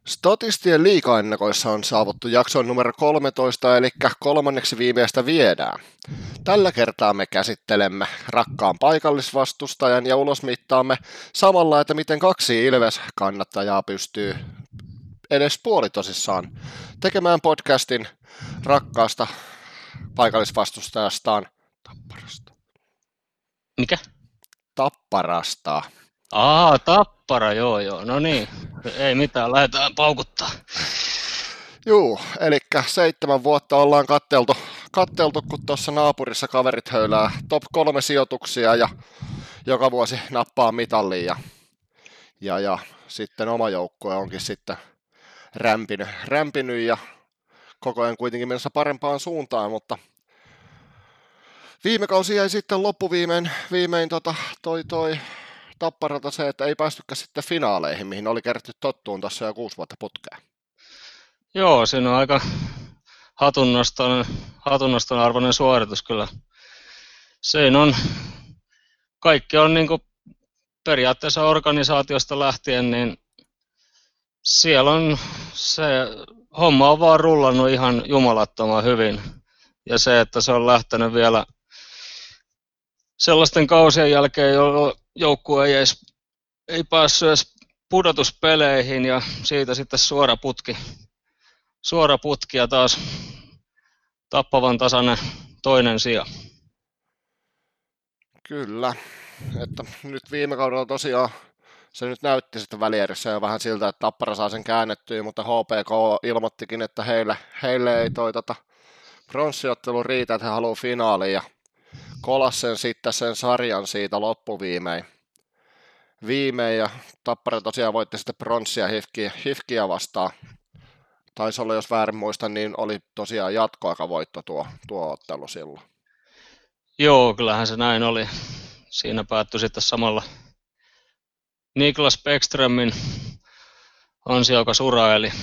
Statistien liigaennakoissa on saavuttu jakson numero 13, eli kolmanneksi viimeistä viedään. Tällä kertaa me käsittelemme rakkaan paikallisvastustajan ja ulosmittaamme samalla, että miten kaksi Ilves-kannattajaa pystyy edes puolitosissaan tekemään podcastin rakkaasta paikallisvastustajastaan Tapparasta. Mikä? Tapparasta. Tappara, joo. No niin, ei mitään, lähdetään paukuttaa. Juu, eli 7 vuotta ollaan katteltu, kun tuossa naapurissa kaverit höylää top 3 sijoituksia ja joka vuosi nappaa mitalliin ja sitten oma joukkue onkin sitten rämpinyt ja koko ajan kuitenkin mennessä parempaan suuntaan, mutta viime kausi jäi sitten loppuviimein toi Tapparalta se, että ei päästykään sitten finaaleihin, mihin oli kerätty tottuun tässä jo 6 vuotta putkeen. Joo, siinä on aika hatunnoston arvoinen suoritus kyllä. Siinä on, kaikki on niin kuin periaatteessa organisaatiosta lähtien, niin siellä on se homma on vaan rullannut ihan jumalattoman hyvin. Ja se, että se on lähtenyt vielä sellaisten kausien jälkeen, jolloin joukkue ei päässyt edes pudotuspeleihin ja siitä sitten suora putki ja taas tappavan tasainen toinen sija. Kyllä, että nyt viime kaudella tosiaan se nyt näytti sitten välierissä jo vähän siltä, että Tappara saa sen käännettyä, mutta HPK ilmoittikin, että heille ei toi pronssiottelu riitä, että he haluaa finaaliin ja kolas sen sarjan siitä loppuviimein. Ja Tappara tosiaan voitti sitten pronssia Hifkiä vastaan. Taisi olla, jos väärin muistan, niin oli tosiaan jatkoaikavoitto tuo ottelu silloin. Joo, kyllähän se näin oli. Siinä päättyi sitten samalla Niklas Bäckströmin ansiokas ura, eli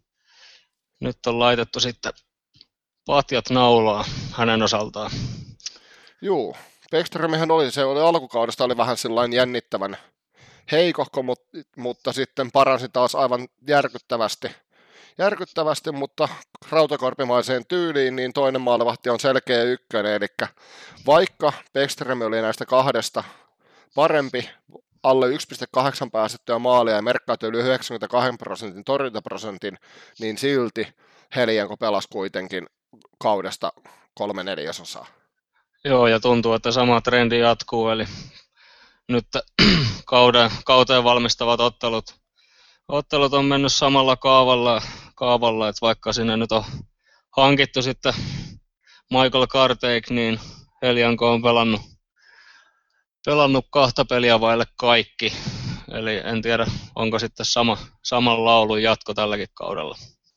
nyt on laitettu sitten patjat naulaa hänen osaltaan. Juu, Bäckströmihän oli alkukaudesta oli vähän sellainen jännittävän heikohko, mutta sitten paransi taas aivan järkyttävästi, mutta rautakorpimaiseen tyyliin, niin toinen maalivahti on selkeä ykkönen, eli vaikka Bäckström oli näistä kahdesta parempi, alle 1,8 päästettyä maalia ja merkkautui yli 92% torjuntaprosentin, niin silti Helianko pelasi kuitenkin kaudesta 3/4. Joo, ja tuntuu, että sama trendi jatkuu, eli nyt kauteen valmistavat ottelut on mennyt samalla kaavalla, että vaikka sinne nyt on hankittu sitten Michael Cartake, niin Helianko on pelannut 2 peliä vaille kaikki. Eli en tiedä, onko sitten saman laulun jatko tälläkin kaudella.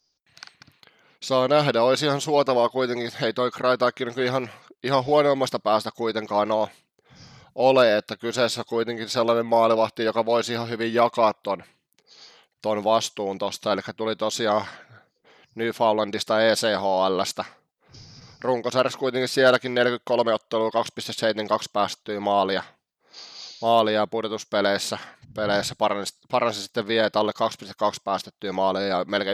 Saa nähdä, olisi ihan suotavaa kuitenkin, hei toi Kraitakin ihan huonoimmasta päästä kuitenkaan ole, että kyseessä kuitenkin sellainen maalivahti, joka voisi ihan hyvin jakaa ton vastuun tosta, eli tuli tosiaan Newfoundlandista ECHLstä. Runkosarjassa kuitenkin sielläkin 43 ottelua, 2,72 päästettyä maalia ja pudotuspeleissä paransi sitten vielä alle 2,2 päästettyä maalia ja melkein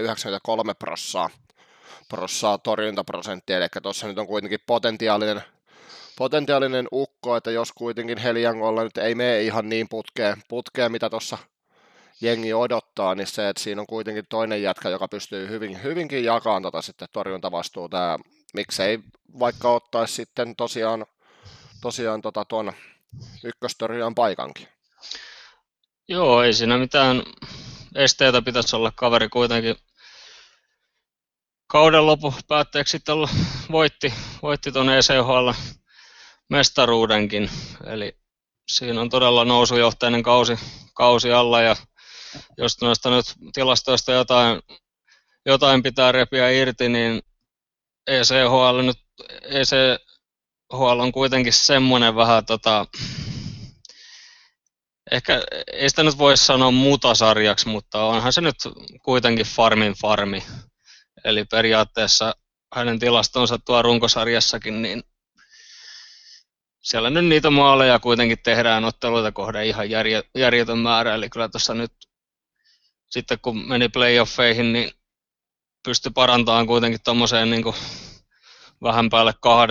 93% torjuntaprosenttia, eli tuossa nyt on kuitenkin potentiaalinen ukko, että jos kuitenkin Heliangolla nyt ei mene ihan niin putkeen mitä tuossa jengi odottaa, niin se, että siinä on kuitenkin toinen jätkä, joka pystyy hyvinkin jakamaan sitten torjuntavastuuta, ja miksei vaikka ottaisi sitten tosiaan tuon ykköstorjujan paikankin. Joo, ei siinä mitään esteitä pitäisi olla, kaveri kuitenkin kauden lopun päätteeksi sitten voitti tuon ECHL mestaruudenkin, eli siinä on todella nousujohteinen kausi alla, ja jos noista nyt tilastoista jotain pitää repiä irti, niin ECHL on kuitenkin semmoinen vähän ehkä ei sitä nyt voi sanoa mutasarjaksi, mutta onhan se nyt kuitenkin farmi. Eli periaatteessa hänen tilastonsa tuo runkosarjassakin, niin siellä nyt niitä maaleja kuitenkin tehdään otteluita kohden ihan järjetön määrä, eli kyllä tuossa nyt sitten kun meni playoffeihin, niin pystyi parantamaan kuitenkin tuommoiseen niin vähän päälle 2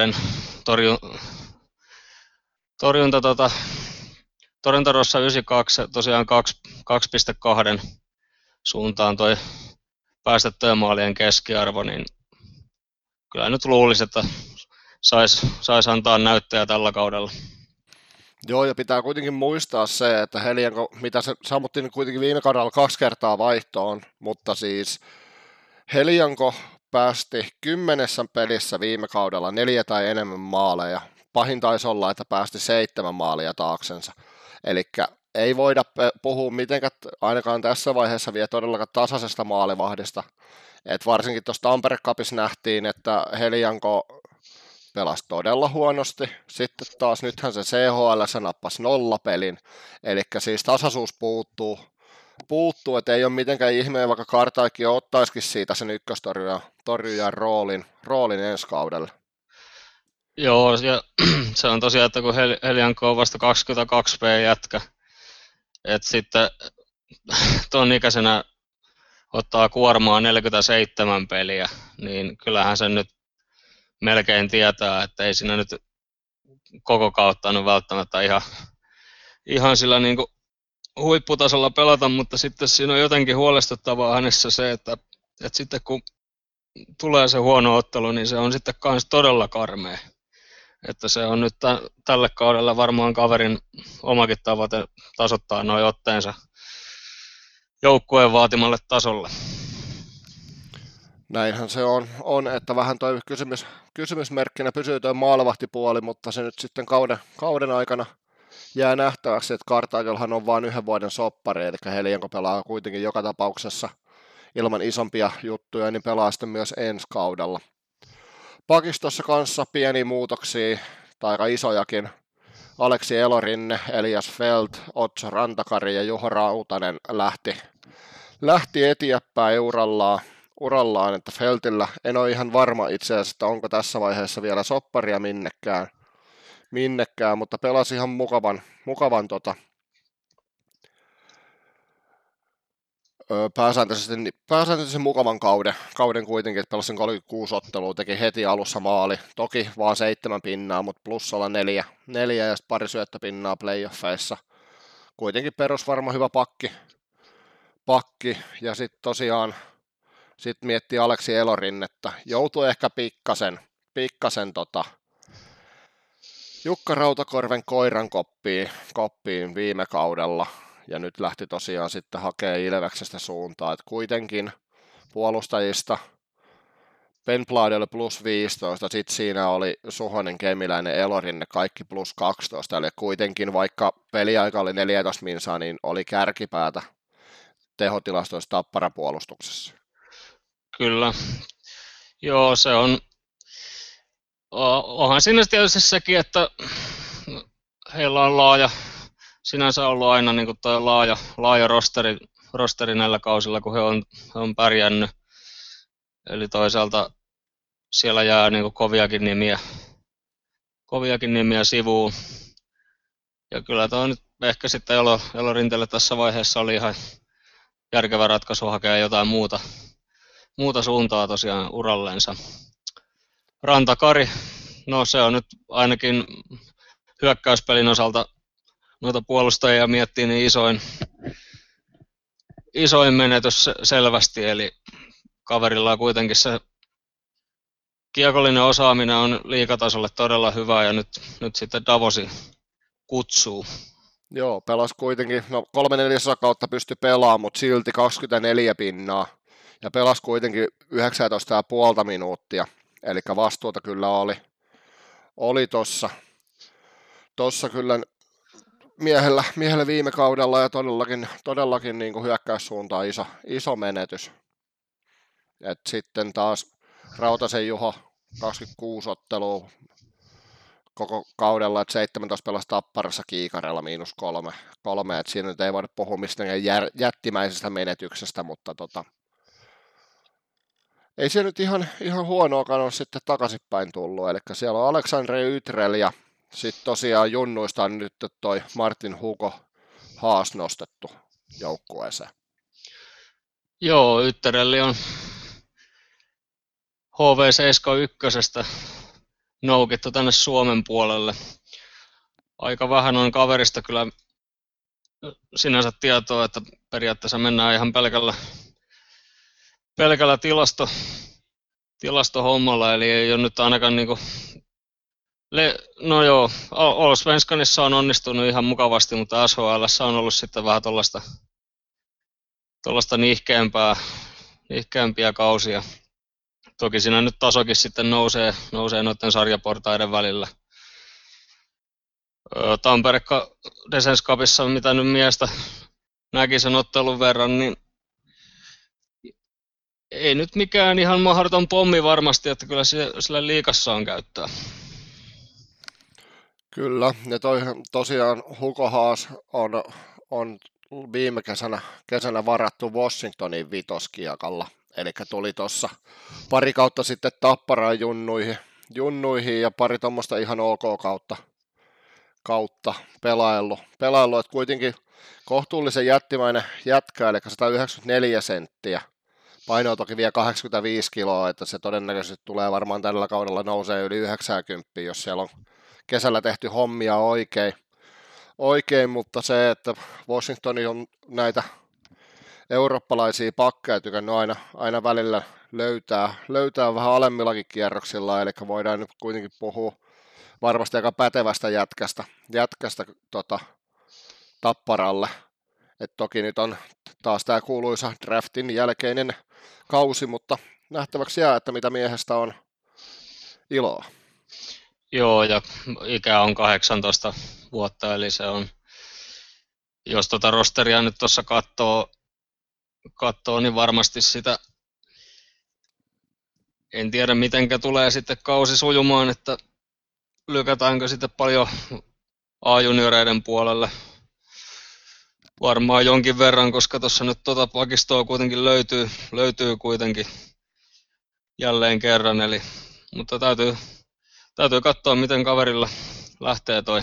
torjunta torjuntarossa 92, tosiaan 2,2 suuntaan toi päästettyjen maalien keskiarvo, niin kyllä nyt luulisi, että sais antaa näyttöjä tällä kaudella. Joo, ja pitää kuitenkin muistaa se, että Helianko, mitä se sammuttiin kuitenkin viime kaudella 2 kertaa vaihtoon, mutta siis Helianko päästi 10 pelissä viime kaudella 4 tai enemmän maaleja. Pahin taisi olla, että päästi 7 maalia taaksensa. Eli ei voida puhua mitenkään ainakaan tässä vaiheessa vielä todellakaan tasaisesta maalivahdista. Et varsinkin tuossa Tampere Cupissa nähtiin, että Helianko pelasi todella huonosti. Sitten taas nythän se CHL nappasi 0 pelin. Eli siis tasaisuus puuttuu, että ei ole mitenkään ihmeen, vaikka Kartaikki ottaisikin siitä sen ykköstorjujan roolin ensi kaudella. Joo, ja se on tosiaan, että kun Helianko on vasta 22 jätkä, että sitten tuon ikäisenä ottaa kuormaa 47 peliä, niin kyllähän sen nyt melkein tietää, että ei siinä nyt koko kautta nyt välttämättä ihan sillä niin kuin huipputasolla pelata, mutta sitten siinä on jotenkin huolestuttavaa hänessä se, että sitten kun tulee se huono ottelu, niin se on sitten kans todella karmea. Että se on nyt tälle kaudella varmaan kaverin omakin tavoite tasoittaa nuo otteensa joukkueen vaatimalle tasolle. Näinhän se on että vähän toi kysymysmerkkinä pysyy toi maalivahtipuoli, mutta se nyt sitten kauden aikana jää nähtäväksi, että Kartaikelhan on vain 1 vuoden soppari, eli Helianko pelaa kuitenkin joka tapauksessa ilman isompia juttuja, niin pelaa sitten myös ensi kaudella. Pakistossa kanssa pieniä muutoksia, tai aika isojakin. Aleksi Elorinne, Elias Felt, Otso Rantakari ja Juho Rautanen lähti eteenpäin urallaan, että Feltillä en ole ihan varma itse asiassa, että onko tässä vaiheessa vielä sopparia minnekään, mutta pelasi ihan mukavan pääsääntöisesti mukavan kauden kuitenkin, että pelasi 36 ottelua, teki heti alussa maali, toki vaan 7 pinnaa, mutta plussalla 4 ja sitten pari syöttöpinnaa playoffeissa. Kuitenkin perusvarma hyvä pakki ja sitten tosiaan miettii Aleksi Elorinnetta, joutui ehkä pikkasen Jukka Rautakorven koiran koppiin viime kaudella, ja nyt lähti tosiaan sitten hakemaan Ilveksestä suuntaan, että kuitenkin puolustajista Penblad oli plus 15, sitten siinä oli Suhonen, Kemiläinen, Elorinne, kaikki plus 12, eli kuitenkin vaikka peliaika oli 14 minsaa, niin oli kärkipäätä tehotilastoissa Tapparan puolustuksessa. Kyllä, joo, se on. Onhan siinä tietysti sekin, että heillä on sinänsä ollut aina niin kuin tuo laaja rosteri näillä kausilla, kun he on pärjännyt. Eli toisaalta siellä jää niin kuin koviakin nimiä sivuun. Ja kyllä tuo nyt ehkä sitten Elorinteelle tässä vaiheessa oli ihan järkevä ratkaisu hakea jotain muuta suuntaa tosiaan urallensa. Rantakari, no se on nyt ainakin hyökkäyspelin osalta noita puolustajia miettii, niin isoin menetys selvästi, eli kaverilla on kuitenkin se kiekollinen osaaminen on liigatasolle todella hyvä, ja nyt sitten Davosi kutsuu. Joo, pelasi kuitenkin, 3/4 kautta pystyi pelaamaan, mutta silti 24 pinnaa, ja pelasi kuitenkin 19,5 minuuttia, eli vastuuta kyllä oli tossa kyllä miehellä viime kaudella, ja todellakin niin kuin hyökkäyssuuntaan iso menetys. Et sitten taas Rautasen Juho 26 ottelua koko kaudella, että 17 pelasi Tapparassa Kiikarella -3, että siinä nyt ei voida puhua mistään jättimäisestä menetyksestä, mutta ei se nyt ihan huonoakaan ole sitten takaisinpäin tullut, eli siellä on Aleksandre Ytrel ja sitten tosiaan junnuista on nyt toi Martin Hugo Haas nostettu joukkueeseen. Joo, Yttärelli on HV71 noukittu tänne Suomen puolelle. Aika vähän on kaverista kyllä sinänsä tietoa, että periaatteessa mennään ihan pelkällä tilastohommalla, eli ei ole nyt ainakaan niinku no joo, Allsvenskanissa on onnistunut ihan mukavasti, mutta SHL:ssä on ollut sitten vähän tuollaista nihkeämpiä kausia. Toki siinä nyt tasokin sitten nousee noiden sarjaportaiden välillä. Tampere Descents Cupissa, mitä nyt miestä näki sen ottelun verran, niin ei nyt mikään ihan mahdoton pommi varmasti, että kyllä sillä liigassa on käyttöä. Kyllä, ja tosiaan Hugo Haas on viime kesänä varattu Washingtonin vitoskiekalla, eli tuli tuossa pari kautta sitten Tapparaan junnuihin ja pari tuommoista ihan ok kautta pelaillut, että kuitenkin kohtuullisen jättimäinen jätkä, eli 194 senttiä, painoa toki vielä 85 kiloa, että se todennäköisesti tulee varmaan tällä kaudella nousee yli 90, jos siellä on kesällä tehty hommia oikein, mutta se, että Washingtoni on näitä eurooppalaisia pakkeja tykännyt aina välillä löytää vähän alemmillakin kierroksilla, eli voidaan nyt kuitenkin puhua varmasti aika pätevästä jätkästä Tapparalle. Et toki nyt on taas tämä kuuluisa draftin jälkeinen kausi, mutta nähtäväksi jää, että mitä miehestä on iloa. Joo, ja ikä on 18 vuotta, eli se on, jos tuota rosteria nyt tuossa katsoo, niin varmasti sitä, en tiedä mitenkä tulee sitten kausi sujumaan, että lykätäänkö sitten paljon A-junioreiden puolelle. Varmaan jonkin verran, koska tuossa nyt tuota pakistoa kuitenkin löytyy kuitenkin jälleen kerran, mutta täytyy katsoa, miten kaverilla lähtee toi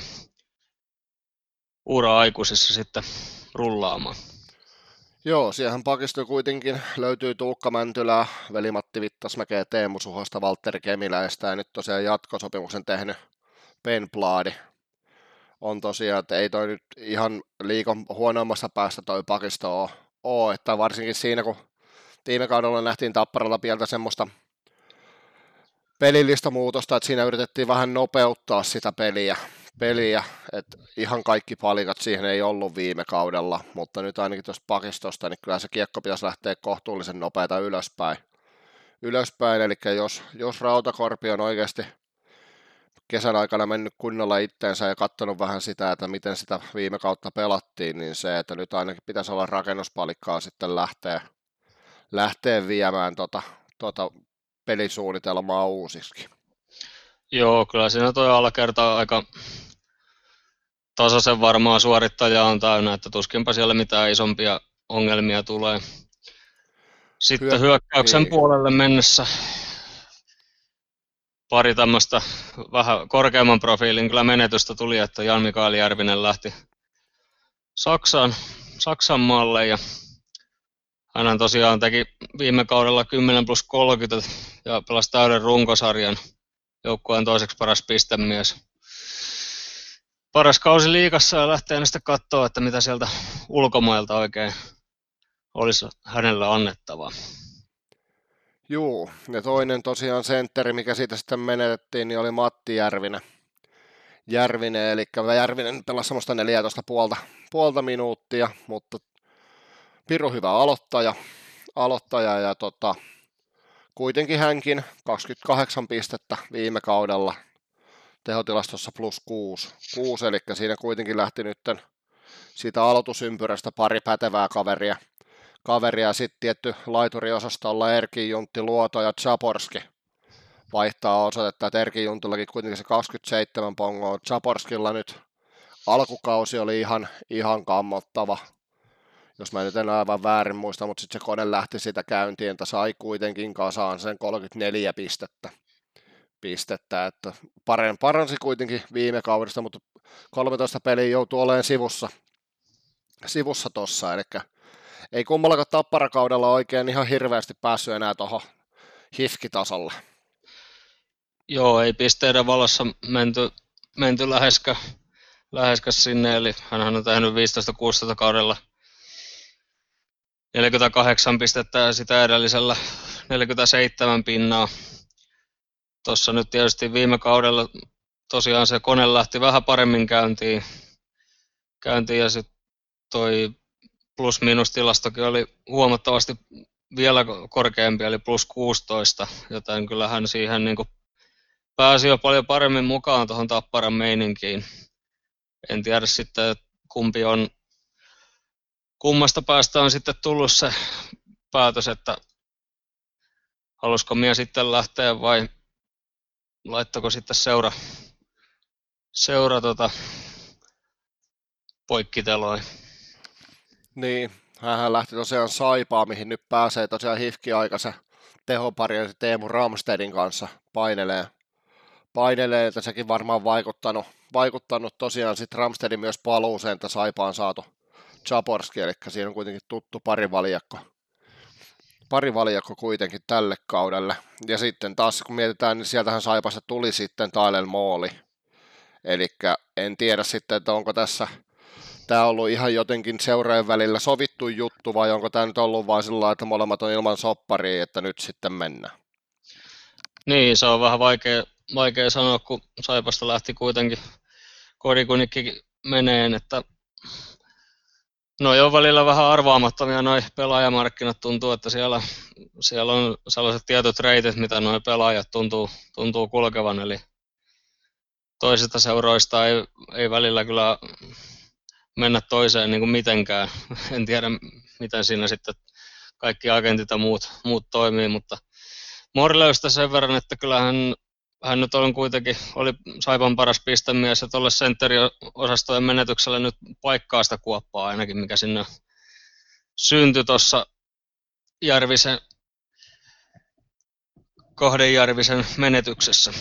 ura aikuisissa sitten rullaamaan. Joo, siihen pakisto kuitenkin löytyy Tuukka Mäntylää, veli-Matti Vittasmäkeä, Teemu Suhosta, Valtteri Kemiläistä ja nyt tosiaan jatkosopimuksen tehnyt Ben Bladi. On tosiaan, että ei toi nyt ihan liikan huonoimmassa päästä toi pakisto ole, että varsinkin siinä kun viime kaudella nähtiin Tapparalla pientä semmoista pelillistä muutosta, että siinä yritettiin vähän nopeuttaa sitä peliä, että ihan kaikki palikat siihen ei ollut viime kaudella, mutta nyt ainakin tuosta pakistosta, niin kyllä se kiekko pitäisi lähteä kohtuullisen nopeata ylöspäin, eli jos Rautakorpi on oikeasti kesän aikana mennyt kunnolla itteensä ja katsonut vähän sitä, että miten sitä viime kautta pelattiin, niin se, että nyt ainakin pitäisi olla rakennuspalikkaa sitten lähteä viemään tota pelisuunnitelmaa uusiksi. Joo, kyllä siinä toi alakerta aika tasaisen varmaa suorittajaa on täynnä, että tuskinpa siellä mitään isompia ongelmia tulee. Sitten hyökkäyksen puolelle mennessä pari tämmöistä vähän korkeamman profiilin kyllä menetystä tuli, että Jan-Mikael Järvinen lähti Saksan maalle ja hän tosiaan teki viime kaudella 10+30 ja pelasi täyden runkosarjan, joukkueen toiseksi paras pistemies. Paras kausi liigassa ja lähtee nyt sitten katsoa, että mitä sieltä ulkomailta oikein olisi hänellä annettavaa. Juu, ja toinen tosiaan sentteri, mikä siitä sitten menetettiin, niin oli Matti Järvinen, eli Järvinen pelasi semmoista 14,5 minuuttia, mutta pirun hyvä aloittaja ja kuitenkin hänkin 28 pistettä viime kaudella tehotilastossa +6, eli siinä kuitenkin lähti nyt siitä aloitusympyrästä pari pätevää kaveria, sitten tietty laituriosastolla Erkin Juntti, Luoto ja Zaborski vaihtaa osoitetta, että Erkin Juntillakin kuitenkin se 27 pongoa, Zaborskilla nyt alkukausi oli ihan kammottava, jos mä nyt en aivan väärin muista, mutta sitten se kone lähti sitä käyntiin, että sai kuitenkin kasaan sen 34 pistettä, että paransi kuitenkin viime kaudesta, mutta 13 peliä joutui olemaan sivussa tossa, eli ei kummallakaan Tapparakaudella oikein ihan hirveästi päässyt enää tuohon hifkitasolle. Joo, ei pisteiden valossa menty läheskäs sinne, eli hän on tehnyt 15-16 kaudella 48 pistettä ja sitä edellisellä 47 pinnaa. Tuossa nyt tietysti viime kaudella tosiaan se kone lähti vähän paremmin käyntiin ja sitten toi plus-minus-tilastokin oli huomattavasti vielä korkeampi, eli plus 16, joten kyllähän siihen niin kuin pääsi jo paljon paremmin mukaan tuohon Tapparan meininkiin. En tiedä sitten, kummasta päästä on sitten tullut se päätös, että halusiko minä sitten lähteä vai laittako sitten seura poikkiteloin. Niin, hän lähti tosiaan Saipaan, mihin nyt pääsee tosiaan hifki-aikaisen tehopari Teemu Ramstedin kanssa painelee, että sekin varmaan vaikuttanut tosiaan sitten Ramstedin myös paluuseen, että Saipaan saatu Jaborski, eli siinä on kuitenkin tuttu parivaljakko kuitenkin tälle kaudelle. Ja sitten taas kun mietitään, niin sieltähän Saipasta tuli sitten Tyler Mooli. Eli en tiedä sitten, että onko tämä on ollut ihan jotenkin seurojen välillä sovittu juttu, vai onko tämä nyt ollut vain sillä lailla, että molemmat on ilman sopparia, että nyt sitten mennään? Niin, se on vähän vaikea sanoa, kun Saipasta lähti kuitenkin kodikunikki meneen, että noi on välillä vähän arvaamattomia noi pelaajamarkkinat, tuntuu, että siellä on sellaiset tietyt reitit, mitä noi pelaajat tuntuu kulkevan, eli toisista seuroista ei välillä kyllä mennä toiseen niin kuin mitenkään. En tiedä, miten siinä sitten kaikki agentit ja muut toimii, mutta Morleystä sen verran, että kyllähän hän nyt oli Saipan paras pistemies ja tuolle sentteriosastojen menetykselle nyt paikkaa sitä kuoppaa ainakin, mikä sinne syntyi tuossa Kohdenjärvisen menetyksessä.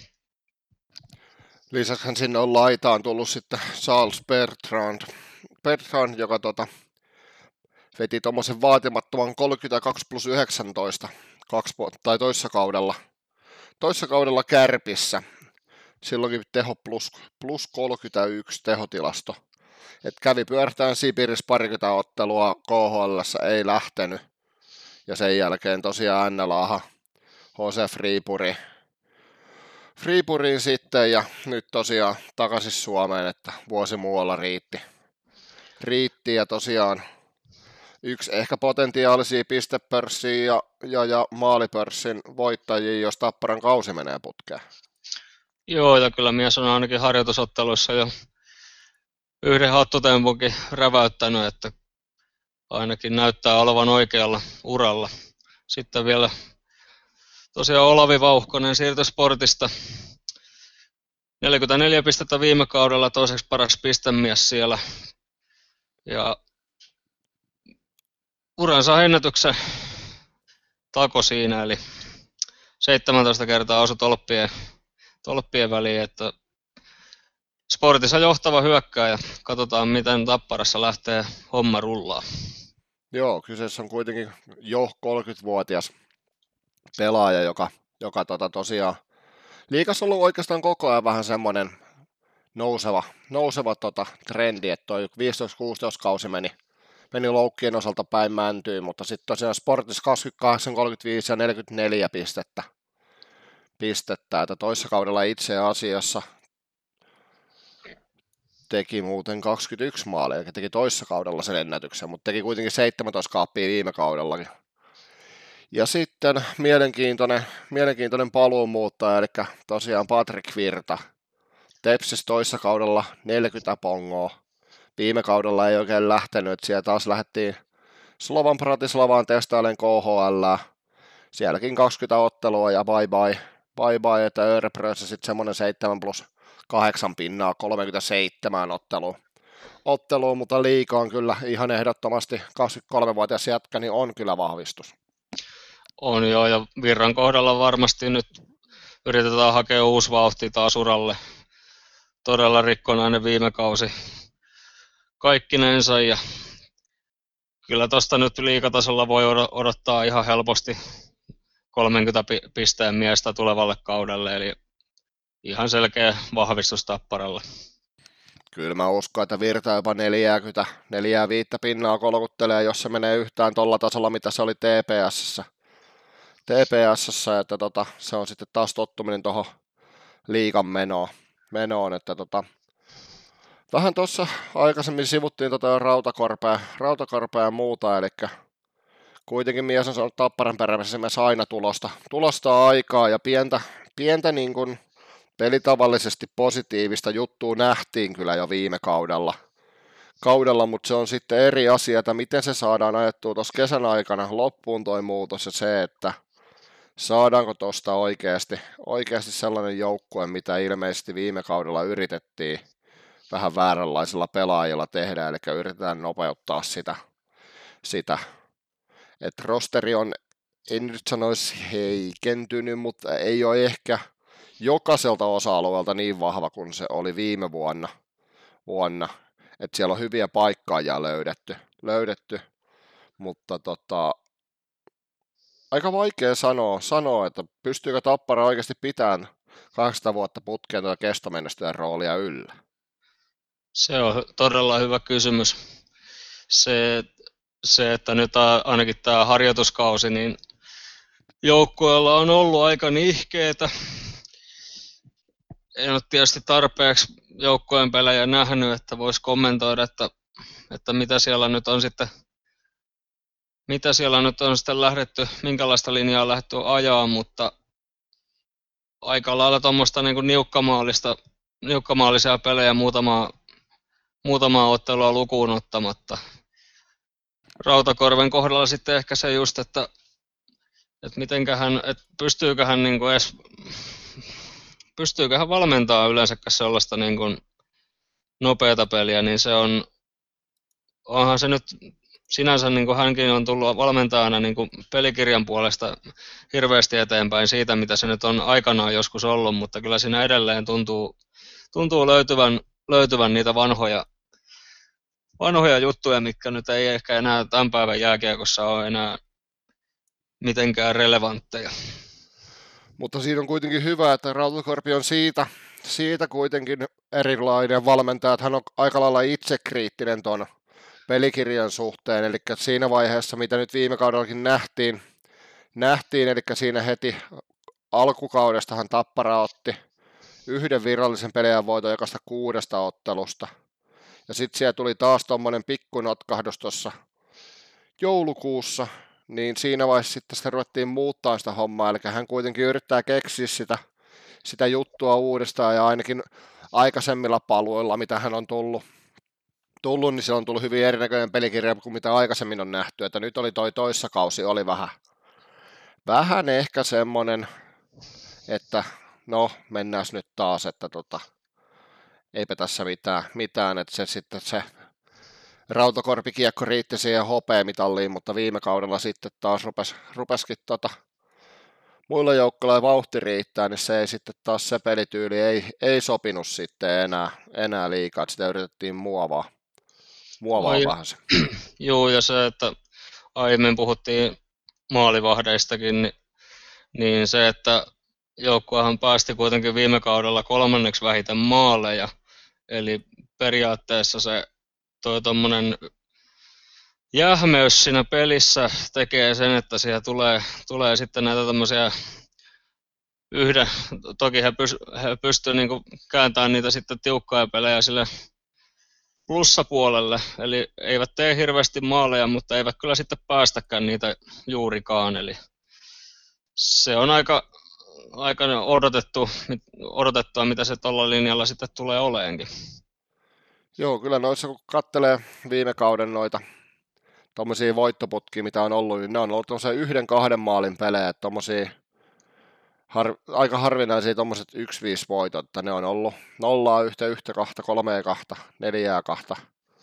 Lisäksi sinne on laitaan tullut sitten Charles Bertrand, joka veti tuommoisen vaatimattoman 32+19 toissa kaudella Kärpissä. Silloinkin teho plus 31 tehotilasto. Et kävi pyörähtään Sibiris parikymmentä ottelua, KHL:ssä ei lähtenyt. Ja sen jälkeen tosiaan NLAhan HC Freepuriin sitten ja nyt tosiaan takaisin Suomeen, että vuosi muualla riitti ja tosiaan yksi ehkä potentiaalisia pistepörssin ja maalipörssin voittajia, jos Tapparan kausi menee putkeen. Joo, ja kyllä mies on ainakin harjoitusotteluissa jo yhden hattutempunkin räväyttänyt, että ainakin näyttää olevan oikealla uralla. Sitten vielä tosiaan Olavi Vauhkonen siirtyi Sportista. 44 pistettä viime kaudella, toiseksi paras pistemies siellä. Ja uransa ennätyksen tako siinä, eli 17 kertaa osui tolppien väliin, että Sportissa johtava hyökkääjä. Katsotaan, miten Tapparassa lähtee homma rullaa. Joo, kyseessä on kuitenkin jo 30-vuotias pelaaja, joka tosiaan liigassa on ollut oikeastaan koko ajan vähän semmoinen nouseva trendi, että toi 15-16 kausi meni loukkien osalta päin mäntyyn, mutta sitten tosiaan Sportissa 28, 35 ja 44 pistettä, että toissa kaudella itse asiassa teki muuten 21 maalia, eli teki toissa kaudella sen ennätyksen, mutta teki kuitenkin 17 kaappia viime kaudellakin. Ja sitten mielenkiintoinen paluumuuttaja, eli tosiaan Patrick Virta. Tepsis toissa kaudella 40 pongoa. Viime kaudella ei oikein lähtenyt, että siellä taas lähdettiin Slovan Bratislavaan testailemaan KHL. Sielläkin 20 ottelua ja bye bye, että Örebrössä sitten semmoinen 7+8 pinnaa, 37 ottelua, mutta liiga on kyllä ihan ehdottomasti 23-vuotias jätkä, niin on kyllä vahvistus. On joo, ja Virran kohdalla varmasti nyt yritetään hakea uusi vauhti taas uralle. Todella rikkonainen viime kausi kaikkinensa, ja kyllä tuosta nyt liigatasolla voi odottaa ihan helposti 30 pisteen miestä tulevalle kaudelle, eli ihan selkeä vahvistus Tapparalle. Kyllä mä uskon, että Virta jopa 4-5 pinnaa kolkuttelee, jos se menee yhtään tolla tasolla, mitä se oli TPS:ssä. Että se on sitten taas tottuminen tuohon liigan menoon että vähän tuossa aikaisemmin sivuttiin rautakorpea ja muuta, eli kuitenkin mies on saanut Tapparan perässä aina tulosta aikaa ja pientä niin kuin pelitavallisesti positiivista juttua nähtiin kyllä jo viime kaudella, mutta se on sitten eri asia, että miten se saadaan ajettua tuossa kesän aikana loppuun toi muutos ja se, että saadaanko tuosta oikeasti sellainen joukkue, mitä ilmeisesti viime kaudella yritettiin vähän vääränlaisilla pelaajilla tehdä, eli yritetään nopeuttaa sitä. että rosteri on, en nyt sanoisi heikentynyt, mutta ei ole ehkä jokaiselta osa-alueelta niin vahva kuin se oli viime vuonna. Että siellä on hyviä paikkaajia löydetty. Mutta aika vaikea sanoa, että pystyykö Tappara oikeasti pitämään 8 vuotta putkeen tuota kestomenestyjän roolia yllä. Se on todella hyvä kysymys. Se että nyt ainakin tämä harjoituskausi, niin joukkueella on ollut aika nihkeetä. En ole tietysti tarpeeksi joukkueen pelejä nähnyt, että voisi kommentoida, että mitä siellä nyt on sitten lähdetty, minkälaista linjaa on lähdetty ajaa, mutta aika lailla tuommoista niin kuin niukkamaalisia pelejä muutamaa ottelua lukuun ottamatta. Rautakorven kohdalla sitten ehkä se just, että pystyykö hän valmentaa yleensäkään sellaista niin kuin nopeata peliä, niin onhan se nyt sinänsä niin kuin hänkin on tullut valmentajana niin kuin pelikirjan puolesta hirveästi eteenpäin siitä, mitä se nyt on aikanaan joskus ollut, mutta kyllä siinä edelleen tuntuu löytyvän niitä vanhoja juttuja, mitkä nyt ei ehkä enää tämän päivän jääkiekossa ole enää mitenkään relevantteja. Mutta siinä on kuitenkin hyvä, että Rautakorpi on siitä kuitenkin erilainen valmentaja, että hän on aika lailla itsekriittinen tuon pelikirjan suhteen, eli siinä vaiheessa, mitä nyt viime kaudellakin nähtiin, eli siinä heti alkukaudestahan Tappara otti yhden virallisen peliajan voiton jokaista 6 ottelusta, ja sitten siellä tuli taas tuommoinen pikkunotkahdus tuossa joulukuussa, niin siinä vaiheessa sitten ruvettiin muuttaa sitä hommaa, eli hän kuitenkin yrittää keksiä sitä juttua uudestaan, ja ainakin aikaisemmilla paluilla, mitä hän on tullut, niin se on tullut hyvin erinäköinen pelikirja kuin mitä aikaisemmin on nähty, että nyt oli toissa kausi oli vähän ehkä semmoinen, että no mennään nyt taas, että eipä tässä mitään, että se Rautakorpikiekko riitti siihen hopeamitalliin, mutta viime kaudella sitten taas rupesikin muilla joukkoilla vauhti riittää, niin se ei sitten taas se pelityyli ei sopinut sitten enää liikaa, että sitä yritettiin muovaa vähän se. Joo, ja se, että aiemmin puhuttiin maalivahdeistakin, niin se, että joukkuehan päästi kuitenkin viime kaudella 3. vähiten maaleja, eli periaatteessa se tuommoinen jähmeys siinä pelissä tekee sen, että siellä tulee sitten näitä tämmöisiä toki he pystyvät niinku kääntämään niitä sitten tiukkoja pelejä sille plussapuolelle, eli eivät tee hirveästi maaleja, mutta eivät kyllä sitten päästäkään niitä juurikaan, eli se on aika odotettua, mitä se tuolla linjalla sitten tulee oleenkin. Joo, kyllä noissa kun katselee viime kauden noita tommosia voittoputkia, mitä on ollut, niin ne on ollut tommosia 1-2 maalin pelejä, tommosia aika harvinaisia tommoset 1-5 voitot, että ne on ollut 0-1, 1-2, 3-2, 4-2.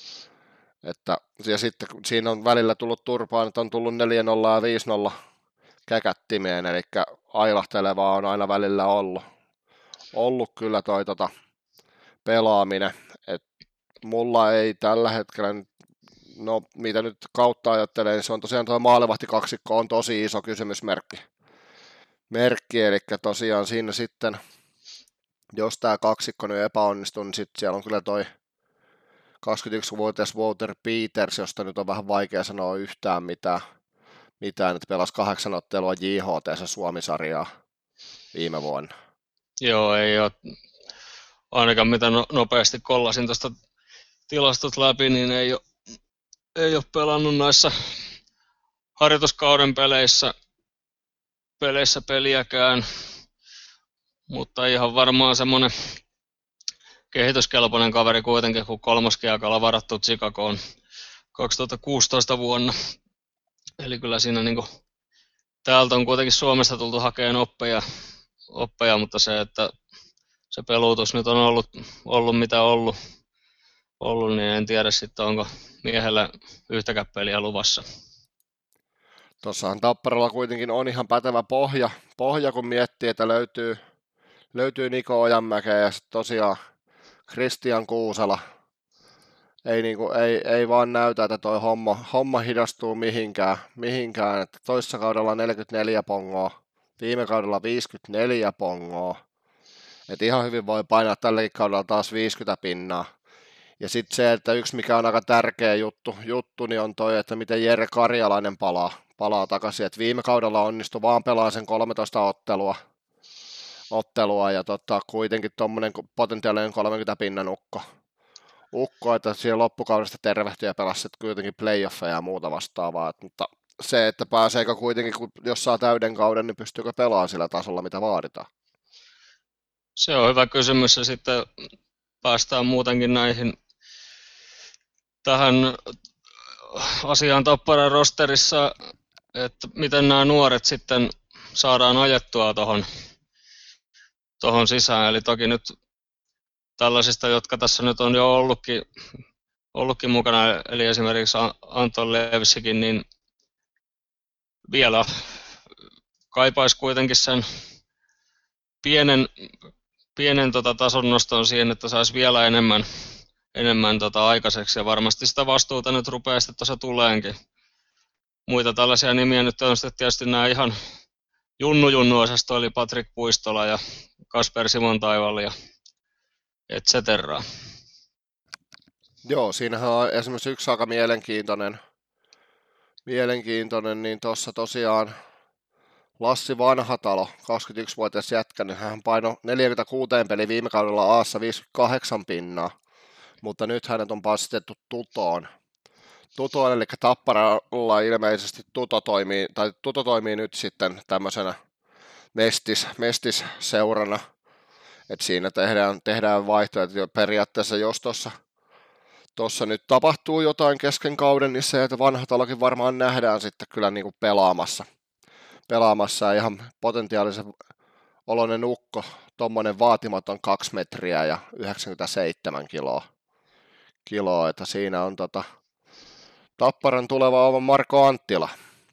Ja sitten kun siinä on välillä tullut turpaan, että on tullut 4-0 ja 5-0 käkättimeen, eli ailahtelevaa on aina välillä ollut kyllä toi pelaaminen. Et mulla ei tällä hetkellä no mitä nyt kautta ajattelee, niin se on tosiaan tuo maalivahtikaksikko on tosi iso kysymysmerkki. Eli tosiaan siinä sitten, jos tämä kaksikko nyt epäonnistuu, niin sitten siellä on kyllä toi 21-vuotias Walter Peters, josta nyt on vähän vaikea sanoa yhtään mitään, että pelasi 8 ottelua JHT Suomi-sarjaa viime vuonna. Joo, ei ole ainakaan mitä nopeasti kollasin tuosta tilastot läpi, niin ei ole pelannut näissä harjoituskauden peleissä peliäkään, mutta ihan varmaan semmoinen kehityskelpoinen kaveri kuitenkin, kun kolmoskiekolla varattu Chicagoon 2016 vuonna. Eli kyllä siinä niin kuin, täältä on kuitenkin Suomesta tultu hakemaan oppeja, mutta se, että se peluutus nyt on ollut mitä ollut, niin en tiedä sitten onko miehellä yhtäkään peliä luvassa. Tuossahan Tapparalla kuitenkin on ihan pätevä pohja kun miettii, että löytyy Niko Ojanmäkeä ja sitten tosiaan Kristian Kuusela. Ei vaan näytä, että toi homma hidastuu mihinkään. Että toissa kaudella 44 pongoa, viime kaudella 54 pongoa. Että ihan hyvin voi painaa tälläkin kaudella taas 50 pinnaa. Ja sitten se, että yksi mikä on aika tärkeä juttu niin on toi, että miten Jere Karjalainen palaa takaisin. Et viime kaudella onnistui vaan pelaamaan sen 13 ottelua ja kuitenkin tuommoinen potentiaalinen 30 pinnan ukko, että siellä loppukaudesta tervehtyi ja pelasi kuitenkin playoffeja ja muuta vastaavaa. Mutta se, että pääseekö kuitenkin, jos saa täyden kauden, niin pystyykö pelaamaan sillä tasolla, mitä vaaditaan? Se on hyvä kysymys ja sitten päästään muutenkin tähän asiaan Tapparan rosterissa, että miten nämä nuoret sitten saadaan ajettua tuohon sisään. Eli toki nyt tällaisista, jotka tässä nyt on jo ollutkin mukana, eli esimerkiksi Anton Levsikin, niin vielä kaipaisi kuitenkin sen pienen tason noston siihen, että saisi vielä enemmän aikaiseksi, ja varmasti sitä vastuuta nyt rupeaa sitten tuossa tuleenkin. Muita tällaisia nimiä nyt on sitten tietysti nämä ihan junnu-osasto, eli Patrik Puistola ja Kasper Simon Taival ja et cetera. Joo, siinähän on esimerkiksi yksi aika mielenkiintoinen niin tuossa tosiaan Lassi Vanhatalo, 21-vuotias jätkä, niin hän painoi 46 peli viime kaudella Aassa 58 pinnaa, mutta nyt hänet on passitettu Tutoon, eli Tapparalla ilmeisesti Tuto toimii nyt sitten tämmöisenä mestisseurana, että siinä tehdään vaihtoehtoja. Periaatteessa jos tuossa nyt tapahtuu jotain kesken kauden, niin se, että Vanhatalokin varmaan nähdään sitten kyllä niin kuin pelaamassa ja ihan potentiaalisen oloinen ukko, tuommoinen vaatimaton 2 metriä ja 97 kiloa, että siinä on Tapparan tuleva oma Marko Anttila.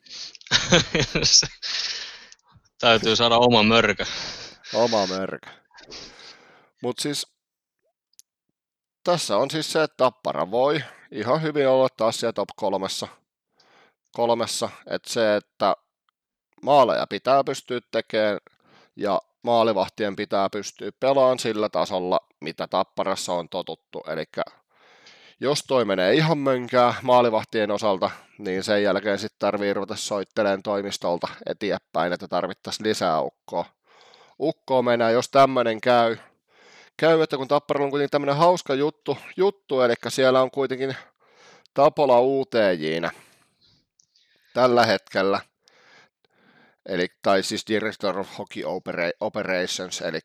Täytyy saada oma mörkö. Oma mörkö. Mutta siis tässä on siis se, että Tappara voi ihan hyvin olla taas siellä top kolmessa, että se, että maaleja pitää pystyä tekemään ja maalivahtien pitää pystyä pelaamaan sillä tasolla, mitä Tapparassa on totuttu. Eli jos toi menee ihan mönkää maalivahtien osalta, niin sen jälkeen sitten tarvii ruveta soittelemaan toimistolta eteenpäin, että tarvittaisiin lisää ukkoa mennä, jos tämmöinen käy, että kun Tapparalla on kuitenkin tämmöinen hauska juttu, eli siellä on kuitenkin Tapola UTJ:nä tällä hetkellä, tai siis Director of Hockey Operations, eli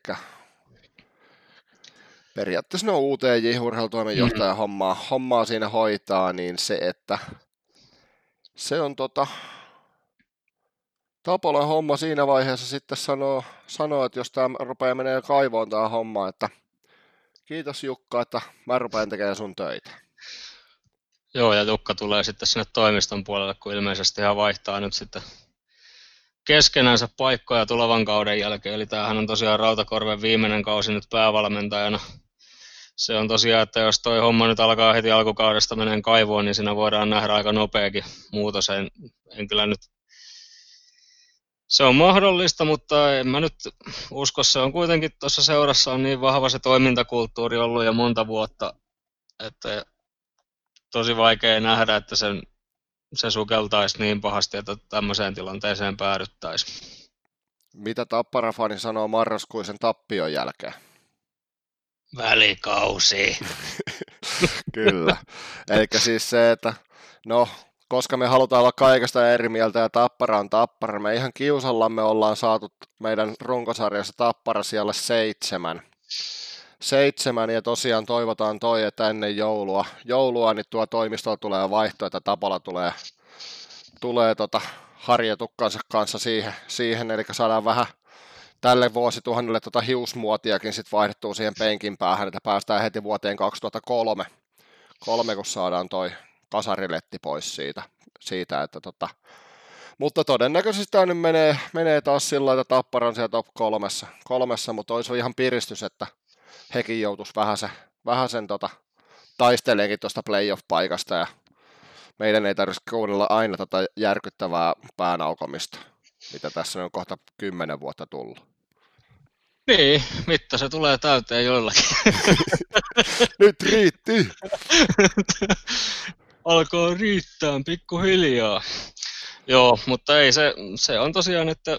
periaatteessa ne on UTJ-urheilutoimenjohtaja hommaa siinä hoitaa, niin se, että se on Tapolan homma siinä vaiheessa sitten sanoo, että jos tämä rupeaa menee kaivoon tämä homma, että kiitos Jukka, että mä rupean tekemään sun töitä. Joo, ja Jukka tulee sitten sinne toimiston puolelle, kun ilmeisesti hän vaihtaa nyt sitten keskenänsä paikkoja tulevan kauden jälkeen. Eli tämähän on tosiaan Rautakorven viimeinen kausi nyt päävalmentajana se on tosiaan, että jos toi homma nyt alkaa heti alkukaudesta meneen kaivoon, niin siinä voidaan nähdä aika nopeakin muutos. En kyllä nyt, se on mahdollista, mutta en mä nyt usko. Se on kuitenkin tuossa seurassa on niin vahva se toimintakulttuuri ollut jo monta vuotta, että tosi vaikea nähdä, että se sukeltaisi niin pahasti, että tämmöiseen tilanteeseen päädyttäisi. Mitä Tappara-fani sanoo marraskuisen tappion jälkeen? Välikausi. Kyllä. Eli siis se, että no, koska me halutaan olla kaikesta eri mieltä ja Tappara on Tappara, me ihan kiusallamme ollaan saatu meidän runkosarjassa Tappara siellä 7. Ja tosiaan toivotaan että ennen joulua niin tuo toimistolla tulee vaihto, että Tapala tulee Harja Tukkansa kanssa siihen, eli saadaan vähän tälle vuosituhannelle hiusmuotiakin sit vaihdettua siihen penkin päähän, että päästään heti vuoteen 2003, kun saadaan toi kasariletti pois siitä että mutta todennäköisesti tämä nyt menee taas sillä lailla, että Tappara on siellä top 3, mutta olisi ihan piristys, että hekin joutuisi vähäsen taisteleenkin tuosta playoff-paikasta ja meidän ei tarvitsisi kuunnella aina järkyttävää päänaukomista, mitä tässä on kohta 10 vuotta tullut. Niin, mitta se tulee täyteen joillakin. Nyt riitti! Alkaa riittää pikkuhiljaa. Joo, mutta ei se on tosiaan, että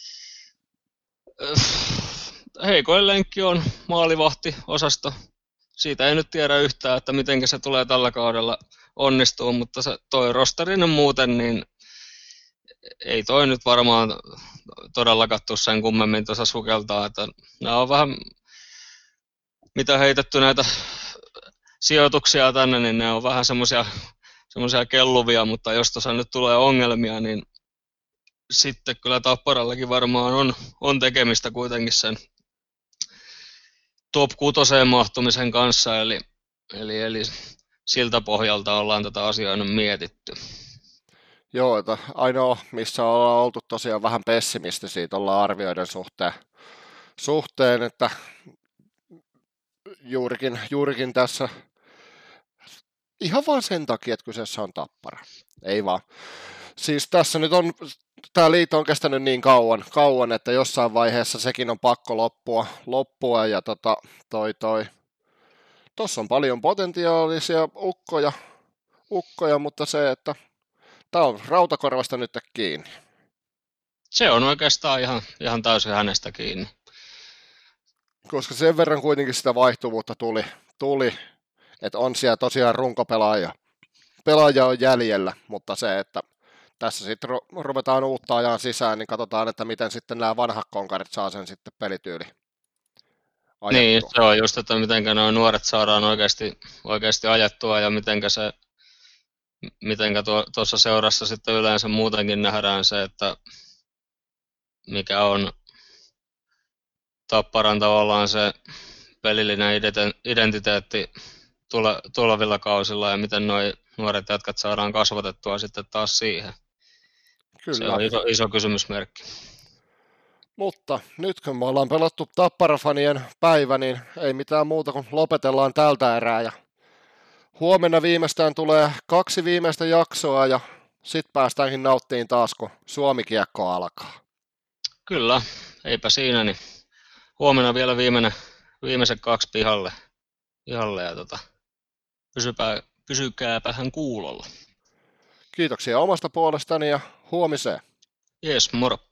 heikoin lenkki on maalivahti-osasto. Siitä ei nyt tiedä yhtään, että miten se tulee tällä kaudella onnistuu, mutta toi rosterinen muuten, niin ei toi nyt varmaan todellakaan tuu sen kummemmin tuossa sukeltaa, että nämä on vähän, mitä heitetty näitä sijoituksia tänne, niin ne on vähän semmoisia kelluvia, mutta jos tuossa nyt tulee ongelmia, niin sitten kyllä Tapparallakin varmaan on tekemistä kuitenkin sen top 6 mahtumisen kanssa, eli siltä pohjalta ollaan tätä asiaa nyt mietitty. Joo, että ainoa, missä ollaan oltu tosiaan vähän pessimistisiä tuolla arvioiden suhteen, että juurikin tässä ihan vaan sen takia, että kyseessä on Tappara. Ei vaan. Siis tässä nyt tämä liitto on kestänyt niin kauan, että jossain vaiheessa sekin on pakko loppua ja tossa on paljon potentiaalisia ukkoja, mutta se, että tämä on rautakorvasta nyt kiinni. Se on oikeastaan ihan täysin hänestä kiinni. Koska sen verran kuitenkin sitä vaihtuvuutta tuli että on siellä tosiaan runkopelaaja on jäljellä, mutta se, että tässä sitten ruvetaan uutta ajan sisään, niin katsotaan, että miten sitten nämä vanhat konkarit saa sen sitten pelityyli ajettua. Niin, se on just, että miten nuo nuoret saadaan oikeasti ajettua ja mitenkä tuossa seurassa sitten yleensä muutenkin nähdään se, että mikä on Tapparan tavallaan se pelillinen identiteetti tulevilla kausilla ja miten nuo nuoret jätkät saadaan kasvatettua sitten taas siihen. Kyllä. Se on iso kysymysmerkki. Mutta nyt kun me ollaan pelattu Tappara-fanien päivä, niin ei mitään muuta kuin lopetellaan tältä erää. Ja huomenna viimeistään tulee 2 viimeistä jaksoa ja sitten päästäänkin nauttiin taas, kun Suomi-kiekko alkaa. Kyllä, eipä siinä, niin huomenna vielä viimeiset 2 pihalle ja pysykääpähän kuulolla. Kiitoksia omasta puolestani ja huomiseen. Jes, moro.